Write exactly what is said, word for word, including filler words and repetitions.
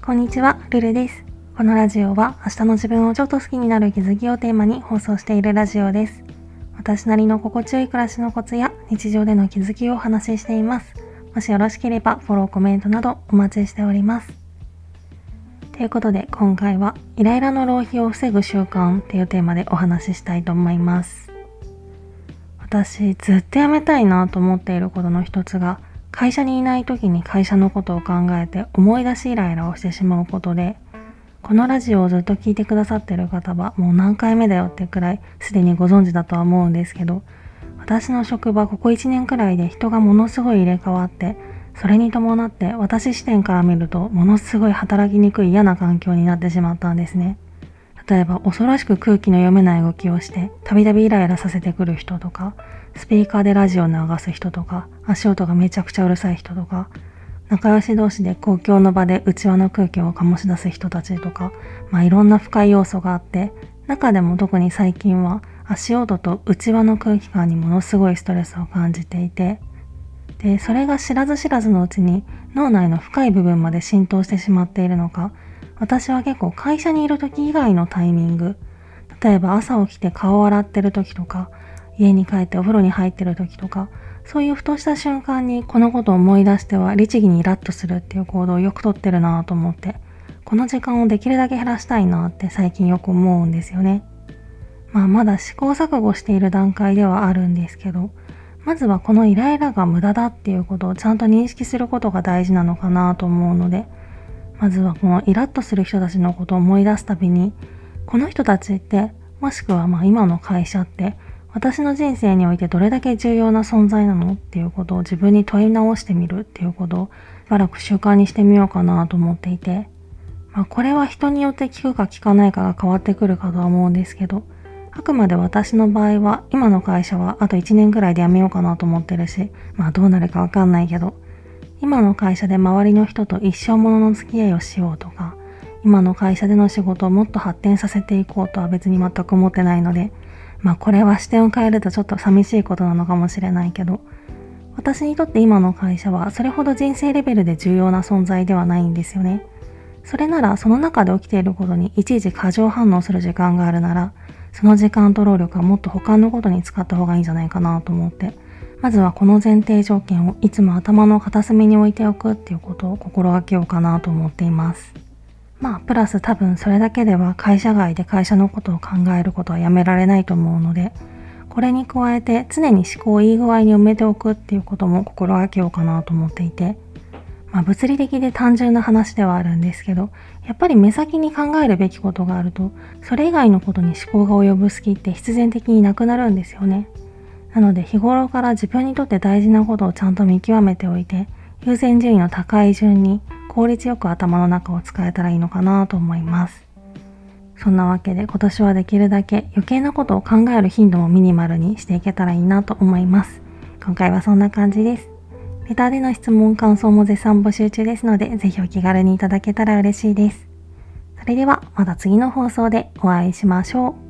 こんにちは、ルルです。このラジオは明日の自分をちょっと好きになる気づきをテーマに放送しているラジオです。私なりの心地よい暮らしのコツや日常での気づきをお話ししています。もしよろしければフォロー、コメントなどお待ちしております。ということで今回はイライラの浪費を防ぐ習慣っていうテーマでお話ししたいと思います。私ずっとやめたいなと思っていることの一つが、会社にいない時に会社のことを考えて思い出しイライラをしてしまうことで、このラジオをずっと聞いてくださっている方はもう何回目だよってくらいすでにご存知だとは思うんですけど、私の職場ここいちねんくらいで人がものすごい入れ替わって、それに伴って私視点から見るとものすごい働きにくい嫌な環境になってしまったんですね。例えば恐ろしく空気の読めない動きをしてたびたびイライラさせてくる人とか、スピーカーでラジオを流す人とか、足音がめちゃくちゃうるさい人とか、仲良し同士で公共の場で内輪の空気を醸し出す人たちとか、まあいろんな深い要素があって、中でも特に最近は足音と内輪の空気感にものすごいストレスを感じていて、で、それが知らず知らずのうちに脳内の深い部分まで浸透してしまっているのか、私は結構会社にいる時以外のタイミング、例えば朝起きて顔を洗ってる時とか、家に帰ってお風呂に入ってる時とか、そういうふとした瞬間にこのことを思い出しては律儀にイラッとするっていう行動をよくとってるなぁと思って、この時間をできるだけ減らしたいなって最近よく思うんですよね。まあまだ試行錯誤している段階ではあるんですけど、まずはこのイライラが無駄だっていうことをちゃんと認識することが大事なのかなと思うので、まずはこのイラッとする人たちのことを思い出すたびに、この人たちって、もしくはまあ今の会社って、私の人生においてどれだけ重要な存在なのっていうことを自分に問い直してみるっていうことをしばらく習慣にしてみようかなと思っていて、まあこれは人によって効くか効かないかが変わってくるかとは思うんですけど、あくまで私の場合は今の会社はあといちねんくらいで辞めようかなと思ってるし、まあどうなるかわかんないけど、今の会社で周りの人と一生ものの付き合いをしようとか、今の会社での仕事をもっと発展させていこうとは別に全く思ってないので、まあこれは視点を変えるとちょっと寂しいことなのかもしれないけど、私にとって今の会社はそれほど人生レベルで重要な存在ではないんですよね。それならその中で起きていることにいちいち過剰反応する時間があるなら、その時間と労力はもっと他のことに使った方がいいんじゃないかなと思って、まずはこの前提条件をいつも頭の片隅に置いておくっていうことを心がけようかなと思っています。まあ、プラス多分それだけでは会社外で会社のことを考えることはやめられないと思うので、これに加えて常に思考をいい具合に埋めておくっていうことも心がけようかなと思っていて、まあ物理的で単純な話ではあるんですけど、やっぱり目先に考えるべきことがあると、それ以外のことに思考が及ぶ隙って必然的になくなるんですよね。なので日頃から自分にとって大事なことをちゃんと見極めておいて、優先順位の高い順に効率よく頭の中を使えたらいいのかなと思います。そんなわけで今年はできるだけ余計なことを考える頻度もミニマルにしていけたらいいなと思います。今回はそんな感じです。レターでの質問感想も絶賛募集中ですので、ぜひお気軽にいただけたら嬉しいです。それではまた次の放送でお会いしましょう。